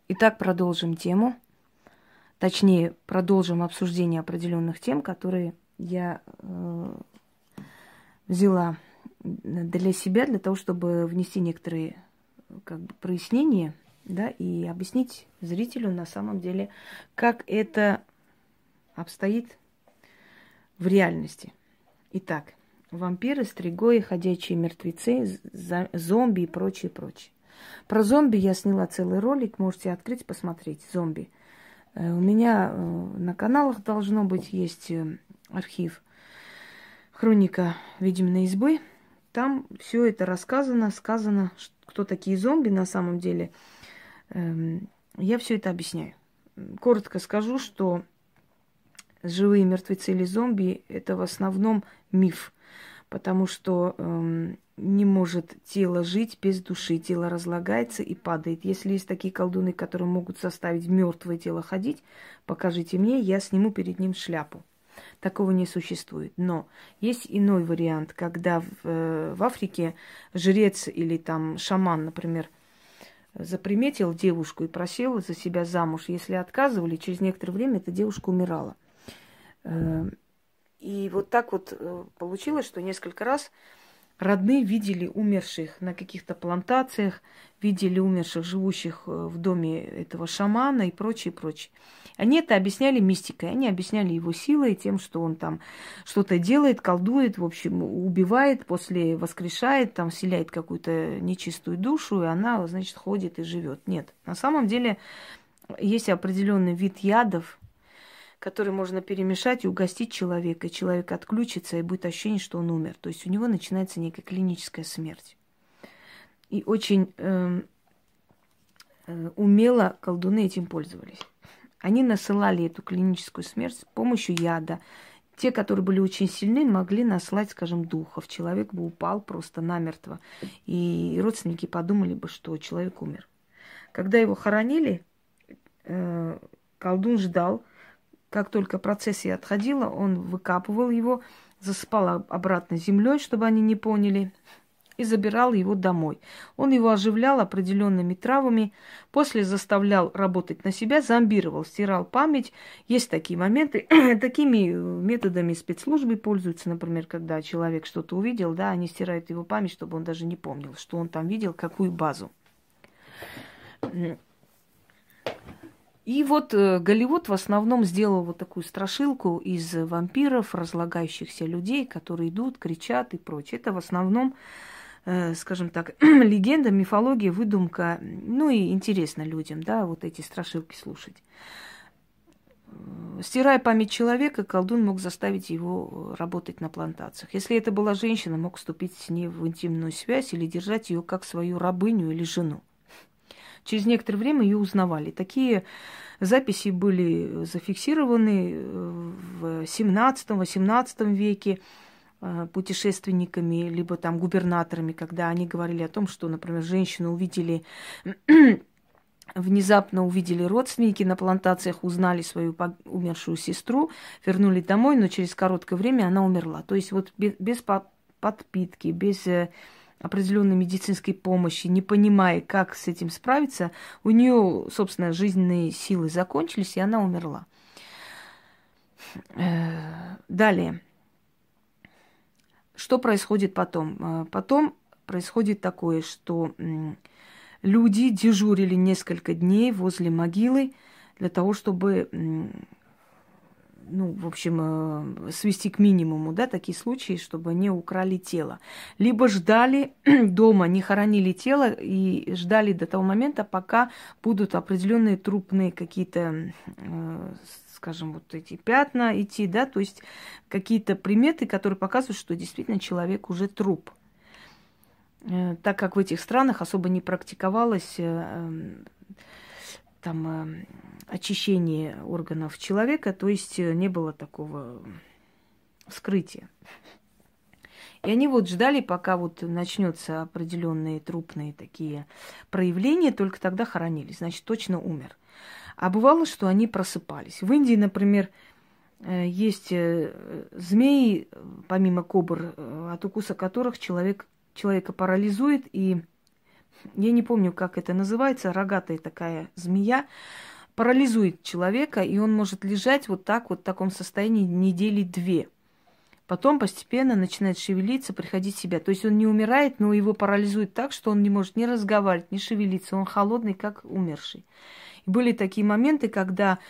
Итак, продолжим тему. Точнее, продолжим обсуждение определенных тем, которые я взяла для себя, для того, чтобы внести некоторые прояснения, да, и объяснить зрителю на самом деле, как это обстоит в реальности. Итак, вампиры, стригои, ходячие мертвецы, зомби и прочее, прочее. Про зомби я сняла целый ролик, можете открыть, посмотреть. Зомби. У меня на каналах должно быть есть архив «Хроника ведьминой избы». Там все это рассказано, сказано, кто такие зомби на самом деле. Я все это объясняю. Коротко скажу, что живые мертвецы или зомби – это в основном миф, потому что не может тело жить без души, тело разлагается и падает. Если есть такие колдуны, которые могут заставить мертвое тело ходить, покажите мне, я сниму перед ним шляпу. Такого не существует. Но есть иной вариант, когда в Африке жрец или там шаман, например, заприметил девушку и просил за себя замуж. Если отказывали, через некоторое время эта девушка умирала. И вот так вот получилось, что несколько раз родные видели умерших на каких-то плантациях, видели умерших, живущих в доме этого шамана и прочее, прочее. Они это объясняли мистикой, они объясняли его силой, тем, что он там что-то делает, колдует, в общем, убивает, после воскрешает, там вселяет какую-то нечистую душу, и она, значит, ходит и живет. Нет, на самом деле есть определенный вид ядов, который можно перемешать и угостить человека, и человек отключится, и будет ощущение, что он умер. То есть у него начинается некая клиническая смерть. И очень умело колдуны этим пользовались. Они насылали эту клиническую смерть с помощью яда. Те, которые были очень сильны, могли наслать, скажем, духов. Человек бы упал просто намертво. И родственники подумали бы, что человек умер. Когда его хоронили, колдун ждал. Как только процессия отходила, он выкапывал его, засыпал обратно землей, чтобы они не поняли, и забирал его домой. Он его оживлял определенными травами, после заставлял работать на себя, зомбировал, стирал память. Есть такие моменты. Такими методами спецслужбы пользуются, например, когда человек что-то увидел, да, они стирают его память, чтобы он даже не помнил, что он там видел, какую базу. И вот Голливуд в основном сделал вот такую страшилку из вампиров, разлагающихся людей, которые идут, кричат и прочее. Это в основном, скажем так, легенда, мифология, выдумка. Ну и интересно людям, да, вот эти страшилки слушать. Стирая память человека, колдун мог заставить его работать на плантациях. Если это была женщина, мог вступить с ней в интимную связь или держать ее как свою рабыню или жену. Через некоторое время ее узнавали. Такие записи были зафиксированы в 17-18 веке путешественниками, либо там губернаторами, когда они говорили о том, что, например, женщину увидели, внезапно увидели родственники на плантациях, узнали свою умершую сестру, вернули домой, но через короткое время она умерла. То есть вот без подпитки, без определенной медицинской помощи, не понимая, как с этим справиться, у нее, собственно, жизненные силы закончились, и она умерла. Далее. Что происходит потом? Потом происходит такое, что люди дежурили несколько дней возле могилы для того, чтобы в общем, свести к минимуму, да, такие случаи, чтобы не украли тело. Либо ждали дома, не хоронили тело и ждали до того момента, пока будут определенные трупные какие-то, скажем, вот эти пятна идти, да, то есть какие-то приметы, которые показывают, что действительно человек уже труп. Так как в этих странах особо не практиковалось там очищение органов человека, то есть не было такого вскрытия. И они вот ждали, пока вот начнется определенные трупные такие проявления, только тогда хоронили, значит, точно умер. А бывало, что они просыпались. В Индии, например, есть змеи, помимо кобр, от укуса которых человека парализует, и я не помню, как это называется, рогатая такая змея, парализует человека, и он может лежать вот так, вот в таком состоянии недели 2. Потом постепенно начинает шевелиться, приходить в себя. То есть он не умирает, но его парализует так, что он не может ни разговаривать, ни шевелиться. Он холодный, как умерший. И были такие моменты, когда,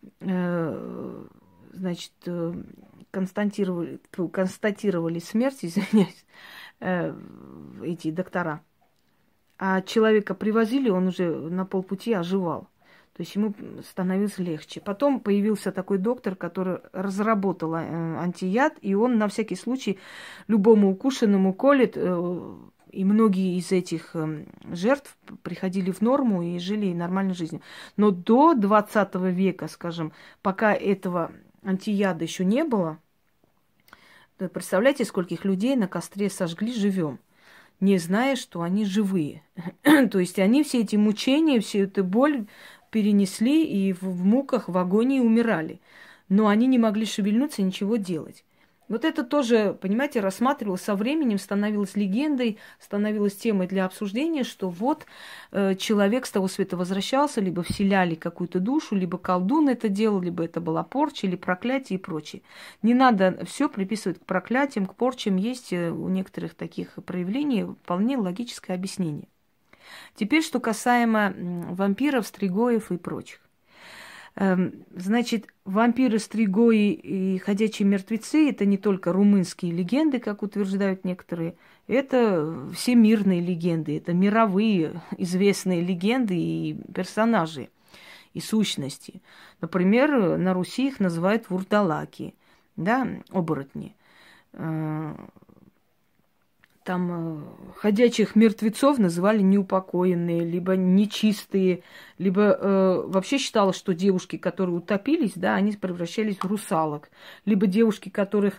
констатировали смерть, извиняюсь, эти доктора. А человека привозили, он уже на полпути оживал. То есть ему становилось легче. Потом появился такой доктор, который разработал антияд, и он на всякий случай любому укушенному колет. И многие из этих жертв приходили в норму и жили нормальной жизнью. Но до 20 века, скажем, пока этого антияда еще не было, представляете, скольких людей на костре сожгли живем, не зная, что они живые. То есть они все эти мучения, всю эту боль перенесли и в муках, в агонии умирали. Но они не могли шевельнуться и ничего делать. Вот это тоже, понимаете, рассматривалось со временем, становилось легендой, становилось темой для обсуждения, что вот человек с того света возвращался, либо вселяли какую-то душу, либо колдун это делал, либо это была порча, или проклятие и прочее. Не надо все приписывать к проклятиям, к порчам. Есть у некоторых таких проявлений вполне логическое объяснение. Теперь, что касаемо вампиров, стригоев и прочих. Значит, вампиры, стригои и ходячие мертвецы – это не только румынские легенды, как утверждают некоторые, это всемирные легенды, это мировые известные легенды и персонажи, и сущности. Например, на Руси их называют вурдалаки, да, оборотни. Там ходячих мертвецов называли неупокоенные, либо нечистые, либо вообще считалось, что девушки, которые утопились, да, они превращались в русалок, либо девушки, которых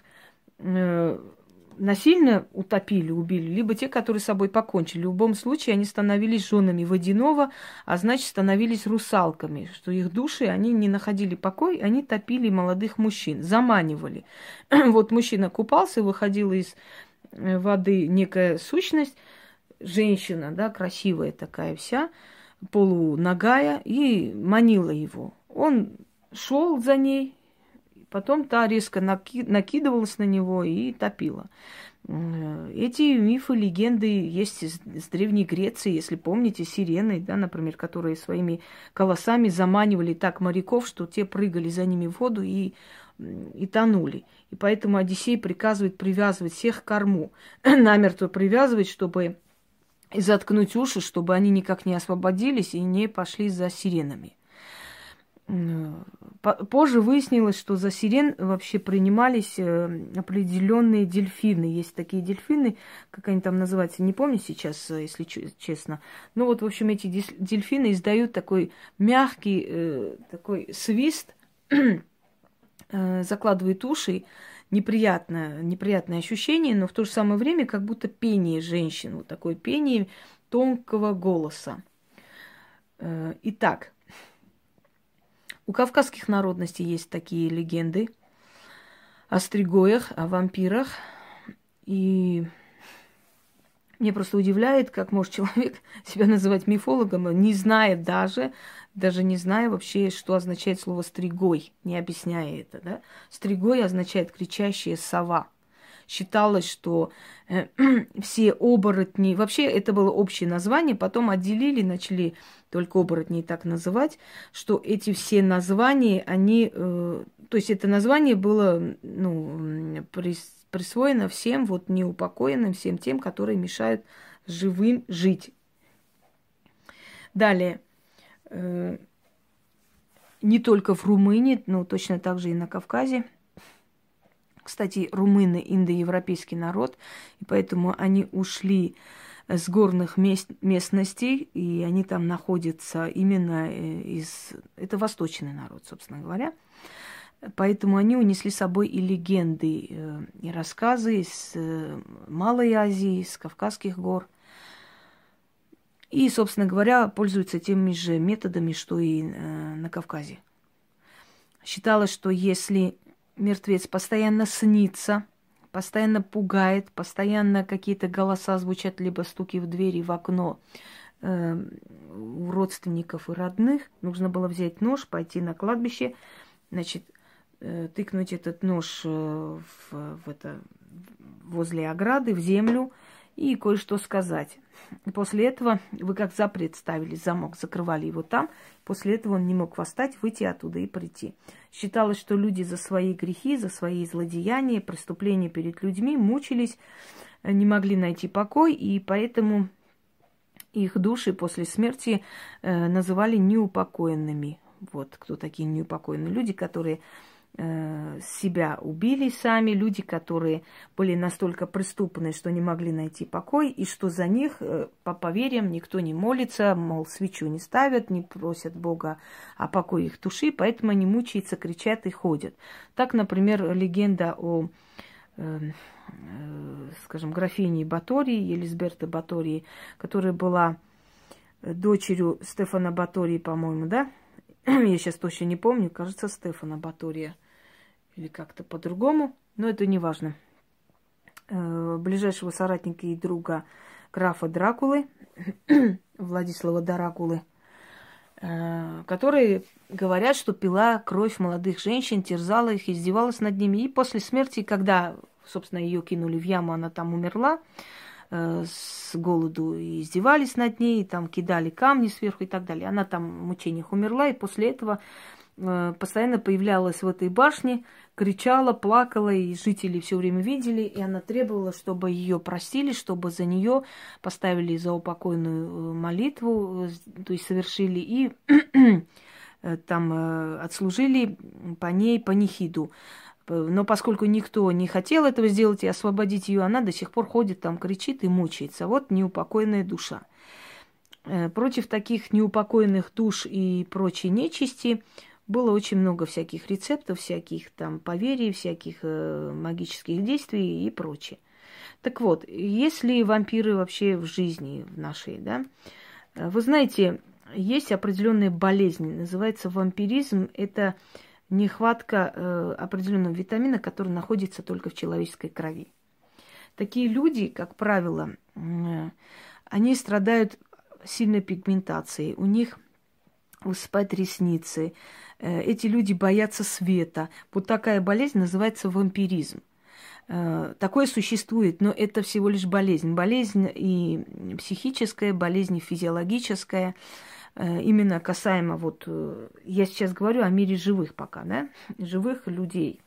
насильно утопили, убили, либо те, которые с собой покончили. В любом случае они становились женами водяного, а значит, становились русалками, что их души, они не находили покой, они топили молодых мужчин, заманивали. Вот мужчина купался, выходил из воды некая сущность, женщина, да, красивая такая вся, полунагая, и манила его. Он шел за ней, потом та резко накидывалась на него и топила. Эти мифы, легенды есть с Древней Греции, если помните, сирены, да, например, которые своими колосами заманивали так моряков, что те прыгали за ними в воду и тонули. И поэтому Одиссей приказывает привязывать всех к корму, намертво привязывать, чтобы и заткнуть уши, чтобы они никак не освободились и не пошли за сиренами. Позже выяснилось, что за сирен вообще принимались определенные дельфины. Есть такие дельфины, как они там называются, не помню сейчас, если честно. Но вот, в общем, эти дельфины издают такой мягкий такой свист, закладывает уши, неприятное ощущение, но в то же самое время как будто пение женщин, вот такое пение тонкого голоса. Итак, у кавказских народностей есть такие легенды о стригоях, о вампирах, и меня просто удивляет, как может человек себя называть мифологом, не зная даже не зная вообще, что означает слово «стригой», не объясняя это. Да? Стригой означает «кричащая сова». Считалось, что все оборотни... Вообще это было общее название, потом отделили, начали только оборотней так называть, что эти все названия, они... то есть это название было присвоено всем вот неупокоенным, всем тем, которые мешают живым жить. Далее. Не только в Румынии, но точно так же и на Кавказе. Кстати, румыны – индоевропейский народ, и поэтому они ушли с горных местностей, и они там находятся именно из... Это восточный народ, собственно говоря. Поэтому они унесли с собой и легенды, и рассказы из Малой Азии, из Кавказских гор. И, собственно говоря, пользуются теми же методами, что и на Кавказе. Считалось, что если мертвец постоянно снится, постоянно пугает, постоянно какие-то голоса звучат, либо стуки в двери, в окно, у родственников и родных. Нужно было взять нож, пойти на кладбище, значит, тыкнуть этот нож возле ограды, в землю и кое-что сказать. И после этого вы как запрет ставили, замок, закрывали его там. После этого он не мог восстать, выйти оттуда и прийти. Считалось, что люди за свои грехи, за свои злодеяния, преступления перед людьми мучились, не могли найти покой, и поэтому их души после смерти называли неупокоенными. Вот кто такие неупокоенные люди, которые себя убили сами, люди, которые были настолько преступны, что не могли найти покой, и что за них, по поверьям, никто не молится, мол, свечу не ставят, не просят Бога о покое их души, поэтому они мучаются, кричат и ходят. Так, например, легенда о, скажем, графине Батории, Елизберты Батории, которая была дочерью Стефана Батории, по-моему, да? Я сейчас точно не помню, кажется, Стефана Батория. Или как-то по-другому, но это не важно. Ближайшего соратника и друга графа Дракулы, Владислава Дракулы, которые говорят, что пила кровь молодых женщин, терзала их, издевалась над ними. И после смерти, когда, собственно, ее кинули в яму, она там умерла с голоду, и издевались над ней, и там кидали камни сверху и так далее. Она там в мучениях умерла, и после этого постоянно появлялась в этой башне, кричала, плакала, и жители все время видели, и она требовала, чтобы ее простили, чтобы за нее поставили заупокойную молитву, то есть совершили и там отслужили по ней панихиду. Но поскольку никто не хотел этого сделать и освободить ее, она до сих пор ходит там, кричит и мучается. Вот неупокоенная душа. Против таких неупокоенных душ и прочей нечисти было очень много всяких рецептов, всяких там поверий, всяких магических действий и прочее. Так вот, есть ли вампиры вообще в жизни в нашей, да? Вы знаете, есть определенная болезнь, называется вампиризм. Это нехватка определенного витамина, который находится только в человеческой крови. Такие люди, как правило, они страдают сильной пигментацией, у них высыпают ресницы. Эти люди боятся света. Вот такая болезнь называется вампиризм. Такое существует, но это всего лишь болезнь. Болезнь и психическая, болезнь и физиологическая. Именно касаемо, вот я сейчас говорю о мире живых пока, да, живых людей.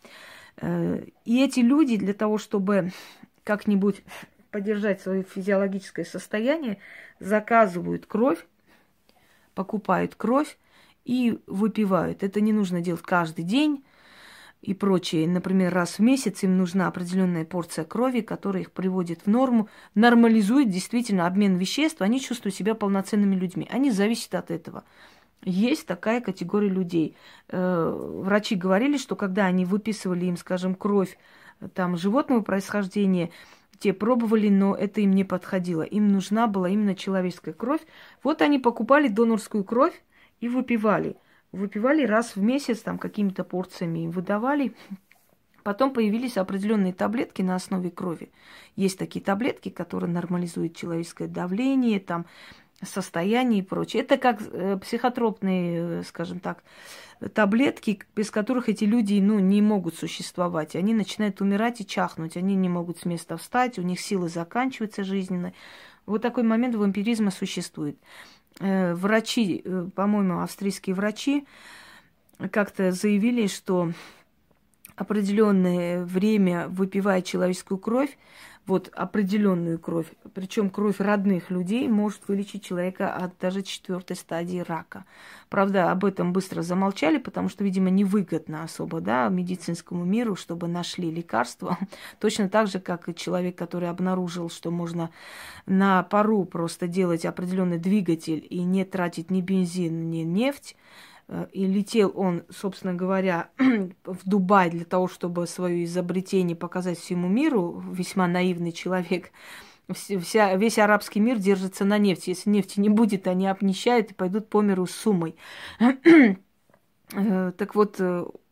И эти люди для того, чтобы как-нибудь поддержать свое физиологическое состояние, заказывают кровь, покупают кровь и выпивают. Это не нужно делать каждый день и прочее. Например, раз в месяц им нужна определенная порция крови, которая их приводит в норму, нормализует действительно обмен веществ. Они чувствуют себя полноценными людьми. Они зависят от этого. Есть такая категория людей. Врачи говорили, что когда они выписывали им, скажем, кровь там, животного происхождения, те пробовали, но это им не подходило. Им нужна была именно человеческая кровь. Вот они покупали донорскую кровь и выпивали. Выпивали раз в месяц, там какими-то порциями им выдавали. Потом появились определенные таблетки на основе крови. Есть такие таблетки, которые нормализуют человеческое давление, там, состояние и прочее. Это как психотропные, скажем так, таблетки, без которых эти люди, не могут существовать. Они начинают умирать и чахнуть. Они не могут с места встать, у них силы заканчиваются жизненно. Вот такой момент вампиризма существует. Врачи, по-моему, австрийские врачи как-то заявили, что определенное время, выпивая человеческую кровь, вот определенную кровь, причем кровь родных людей, может вылечить человека от даже 4-й стадии рака. Правда, об этом быстро замолчали, потому что, видимо, невыгодно особо, да, медицинскому миру, чтобы нашли лекарства. Точно так же, как и человек, который обнаружил, что можно на пару просто делать определенный двигатель и не тратить ни бензин, ни нефть. И летел он, собственно говоря, в Дубай для того, чтобы свое изобретение показать всему миру. Весьма наивный человек. Весь арабский мир держится на нефти. Если нефти не будет, они обнищают и пойдут по миру с суммой. Так вот,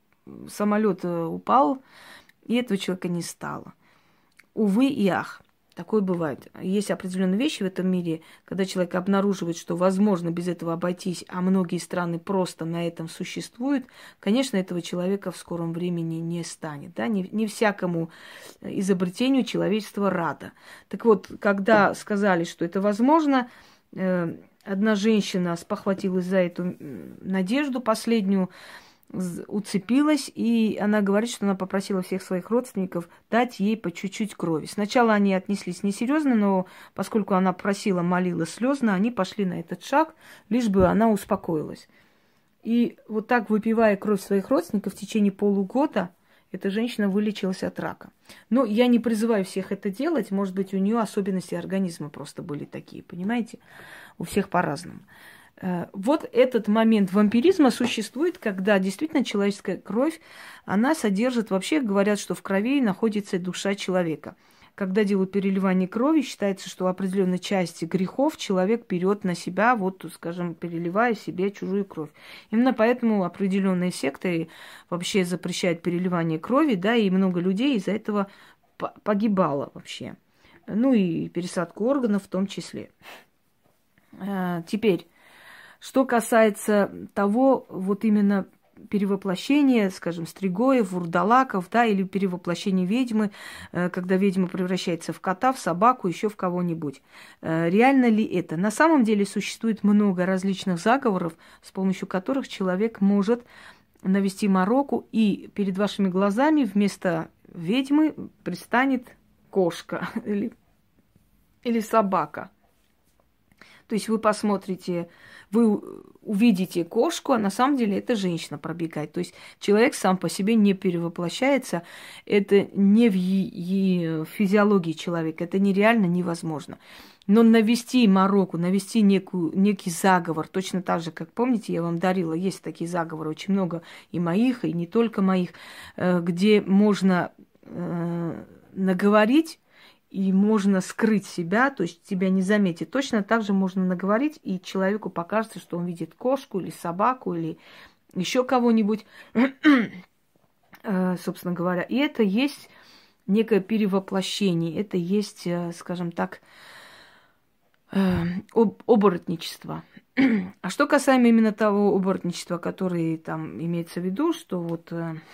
самолет упал, и этого человека не стало. Увы и ах. Такое бывает. Есть определенные вещи в этом мире, когда человек обнаруживает, что возможно без этого обойтись, а многие страны просто на этом существуют, конечно, этого человека в скором времени не станет. Да? Не всякому изобретению человечество радо. Так вот, когда сказали, что это возможно, одна женщина спохватилась за эту надежду последнюю, уцепилась, и она говорит, что она попросила всех своих родственников дать ей по чуть-чуть крови. Сначала они отнеслись несерьезно, но поскольку она просила, молила слезно, они пошли на этот шаг, лишь бы она успокоилась. И вот так, выпивая кровь своих родственников в течение полугода, эта женщина вылечилась от рака. Но я не призываю всех это делать, может быть, у нее особенности организма просто были такие, понимаете? У всех по-разному. Вот этот момент вампиризма существует, когда действительно человеческая кровь, она содержит, вообще говорят, что в крови находится душа человека. Когда делают переливание крови, считается, что определенные части грехов человек берет на себя, вот, скажем, переливая себе чужую кровь. Именно поэтому определенные секты вообще запрещают переливание крови, да, и много людей из-за этого погибало вообще. Ну и пересадку органов в том числе. Теперь, что касается того, вот именно перевоплощения, скажем, стригоев, вурдалаков, да, или перевоплощения ведьмы, когда ведьма превращается в кота, в собаку, еще в кого-нибудь. Реально ли это? На самом деле существует много различных заговоров, с помощью которых человек может навести мороку, и перед вашими глазами вместо ведьмы предстанет кошка или собака. То есть вы посмотрите, вы увидите кошку, а на самом деле это женщина пробегает. То есть человек сам по себе не перевоплощается. Это не в физиологии человека. Это нереально невозможно. Но навести мороку, навести некий заговор, точно так же, как, помните, я вам дарила, есть такие заговоры, очень много и моих, и не только моих, где можно наговорить, и можно скрыть себя, то есть тебя не заметит. Точно так же можно наговорить, и человеку покажется, что он видит кошку или собаку, или еще кого-нибудь, собственно говоря. И это есть некое перевоплощение, это есть, скажем так, оборотничество. А что касаемо именно того оборотничества, которое там имеется в виду, что вот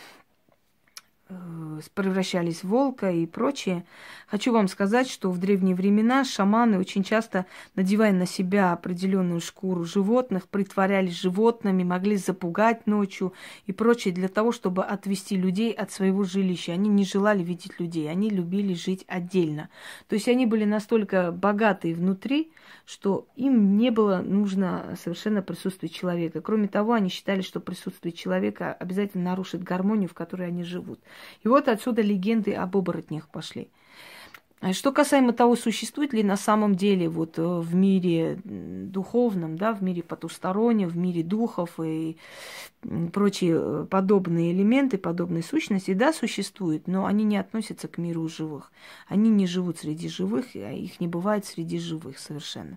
превращались в волка и прочее. Хочу вам сказать, что в древние времена шаманы очень часто, надевая на себя определенную шкуру животных, притворялись животными, могли запугать ночью и прочее для того, чтобы отвести людей от своего жилища. Они не желали видеть людей, они любили жить отдельно. То есть они были настолько богатые внутри, что им не было нужно совершенно присутствие человека. Кроме того, они считали, что присутствие человека обязательно нарушит гармонию, в которой они живут. И вот отсюда легенды об оборотнях пошли. Что касаемо того, существует ли на самом деле вот в мире духовном, да, в мире потустороннем, в мире духов и прочие подобные элементы, подобные сущности, да, существуют, но они не относятся к миру живых. Они не живут среди живых, а их не бывает среди живых совершенно.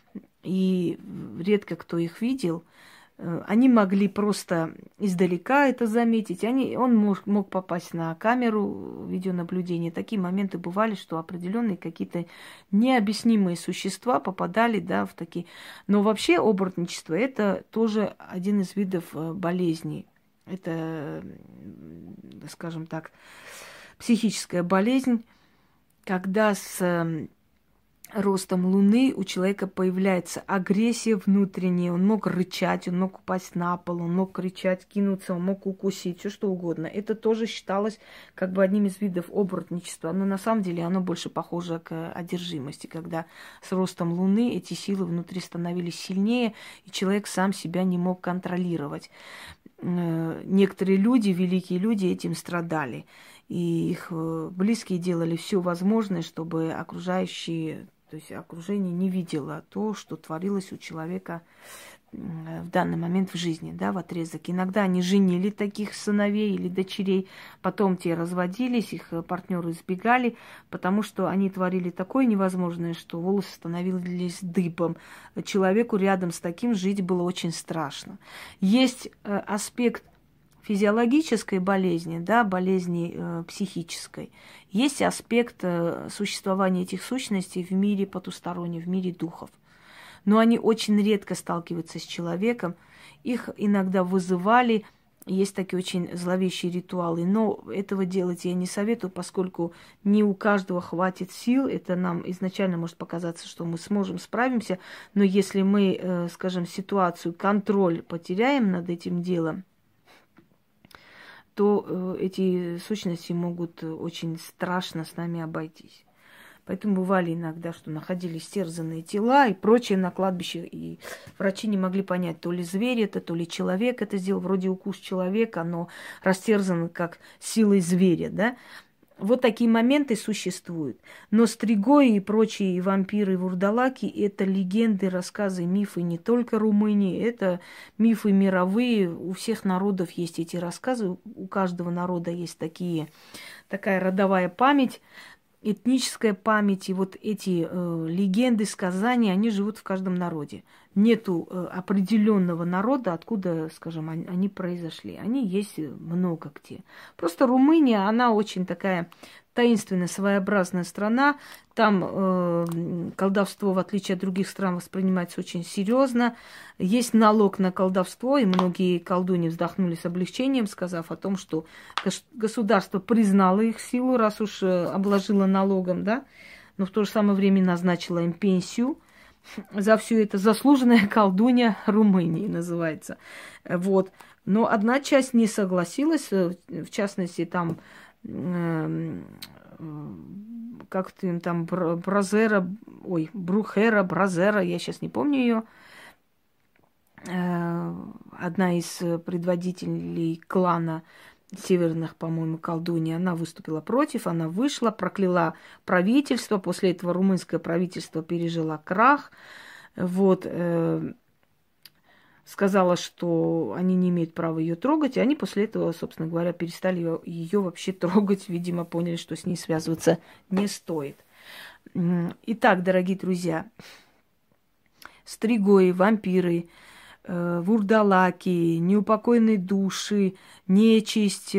И редко кто их видел. Они могли просто издалека это заметить. Он мог попасть на камеру видеонаблюдения. Такие моменты бывали, что определенные какие-то необъяснимые существа попадали, да, в такие. Но вообще оборотничество – это тоже один из видов болезни. Это, скажем так, психическая болезнь, когда с ростом Луны у человека появляется агрессия внутренняя. Он мог рычать, он мог упасть на пол, он мог кричать, кинуться, он мог укусить, все что угодно. Это тоже считалось как бы одним из видов оборотничества. Но на самом деле оно больше похоже к одержимости, когда с ростом Луны эти силы внутри становились сильнее, и человек сам себя не мог контролировать. Некоторые люди, великие люди, этим страдали. И их близкие делали все возможное, чтобы окружающие, то есть окружение не видело то, что творилось у человека в данный момент в жизни, да, в отрезок. Иногда они женили таких сыновей или дочерей, потом те разводились, их партнеры избегали, потому что они творили такое невозможное, что волосы становились дыбом. Человеку рядом с таким жить было очень страшно. Есть аспект физиологической болезни, да, болезни психической, есть аспект существования этих сущностей в мире потустороннем, в мире духов. Но они очень редко сталкиваются с человеком. Их иногда вызывали. Есть такие очень зловещие ритуалы. Но этого делать я не советую, поскольку не у каждого хватит сил. Это нам изначально может показаться, что мы сможем, справимся. Но если мы, скажем, ситуацию, контроль потеряем над этим делом, то эти сущности могут очень страшно с нами обойтись. Поэтому бывали иногда, что находились стерзанные тела и прочее на кладбище, и врачи не могли понять, то ли зверь это, то ли человек это сделал. Вроде укус человека, но растерзан как силой зверя, да. Вот такие моменты существуют. Но стригои и прочие и вампиры, и вурдалаки – это легенды, рассказы, мифы не только Румынии, это мифы мировые. У всех народов есть эти рассказы, у каждого народа есть такая родовая память, этническая память. И вот эти легенды, сказания, они живут в каждом народе. Нету определенного народа, откуда, скажем, они произошли. Они есть много где. Просто Румыния, она очень такая таинственная, своеобразная страна. Там колдовство, в отличие от других стран, воспринимается очень серьезно. Есть налог на колдовство, и многие колдуни вздохнули с облегчением, сказав о том, что государство признало их силу, раз уж обложило налогом, да, но в то же самое время назначило им пенсию. За все это заслуженная колдунья Румынии называется. Вот. Но одна часть не согласилась, в частности, там, как-то им там Брухера, Бразера, я сейчас не помню ее. Одна из предводителей клана северных, по-моему, колдунья, она выступила против, она вышла, прокляла правительство. После этого румынское правительство пережило крах. Вот, сказала, что они не имеют права ее трогать, и они после этого, собственно говоря, перестали ее вообще трогать. Видимо, поняли, что с ней связываться не стоит. Итак, дорогие друзья, стригои, вампиры, вурдалаки, неупокоенные души, нечисть,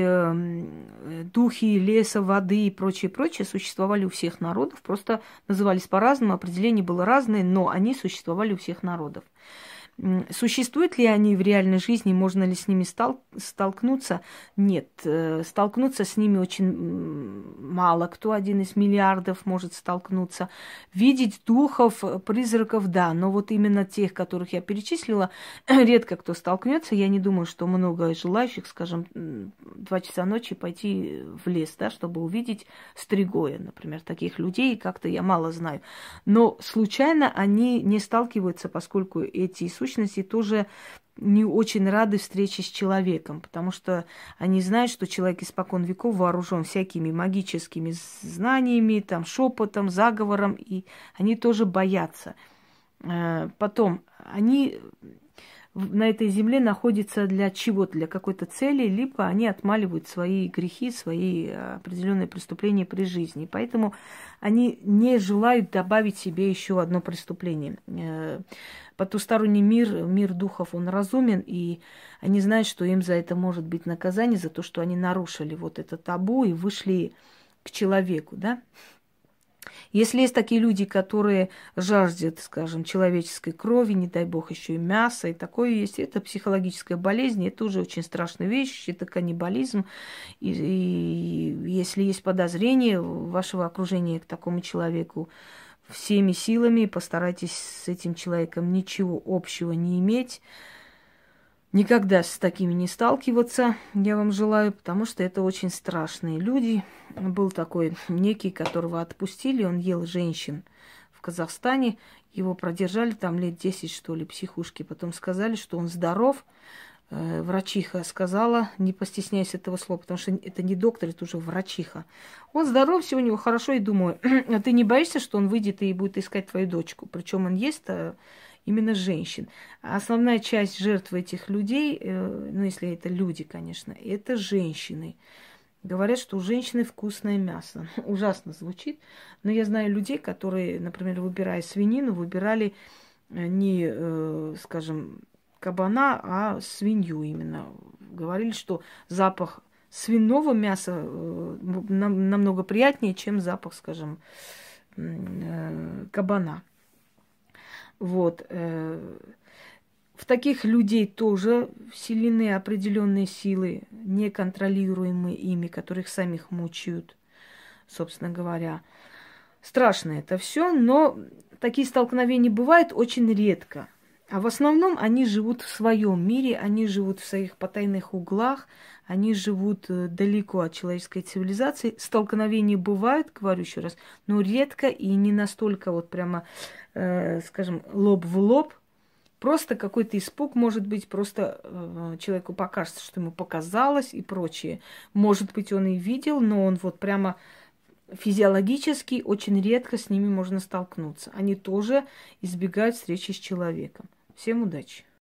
духи леса, воды и прочее существовали у всех народов, просто назывались по-разному, определение было разное, но они существовали у всех народов. Существуют ли они в реальной жизни, можно ли с ними столкнуться? Нет, столкнуться с ними очень мало кто, 1 из миллиардов может столкнуться. Видеть духов, призраков, да, но вот именно тех, которых я перечислила, редко кто столкнется. Я не думаю, что много желающих, скажем, 2 часа ночи пойти в лес, да, чтобы увидеть стригоя, например, таких людей как-то я мало знаю. Но случайно они не сталкиваются, поскольку эти сущности тоже не очень рады встрече с человеком, потому что они знают, что человек испокон веков вооружен всякими магическими знаниями, там, шепотом, заговором, и они тоже боятся. Потом, они на этой земле находятся для чего-то, для какой-то цели, либо они отмаливают свои грехи, свои определенные преступления при жизни. Поэтому они не желают добавить себе еще одно преступление. Потусторонний мир, мир духов, он разумен, и они знают, что им за это может быть наказание, за то, что они нарушили вот это табу и вышли к человеку, да. Если есть такие люди, которые жаждут, скажем, человеческой крови, не дай бог еще и мяса, и такое есть, это психологическая болезнь, это уже очень страшная вещь, это каннибализм. И если есть подозрение вашего окружения к такому человеку, всеми силами постарайтесь с этим человеком ничего общего не иметь. Никогда с такими не сталкиваться, я вам желаю, потому что это очень страшные люди. Был такой некий, которого отпустили, он ел женщин в Казахстане. Его продержали там лет 10, что ли, психушки. Потом сказали, что он здоров. Врачиха сказала, не постесняйся этого слова, потому что это не доктор, это уже врачиха. Он здоров, все у него хорошо, и думаю, а ты не боишься, что он выйдет и будет искать твою дочку? Причем он ест именно женщин. А основная часть жертв этих людей, ну, если это люди, конечно, это женщины. Говорят, что у женщины вкусное мясо. Ужасно звучит, но я знаю людей, которые, например, выбирая свинину, выбирали не, скажем, кабана, а свинью именно. говорили, что запах свиного мяса намного приятнее, чем запах, скажем, кабана. Вот. В таких людей тоже вселены определенные силы, неконтролируемые ими, которых самих мучают, собственно говоря. Страшно это все, но такие столкновения бывают очень редко. А в основном они живут в своем мире, они живут в своих потайных углах, они живут далеко от человеческой цивилизации. Столкновения бывают, говорю еще раз, но редко и не настолько вот прямо, скажем, лоб в лоб. Просто какой-то испуг, может быть, просто человеку покажется, что ему показалось и прочее. Может быть, он и видел, но он вот прямо физиологически очень редко с ними можно столкнуться. Они тоже избегают встречи с человеком. Всем удачи!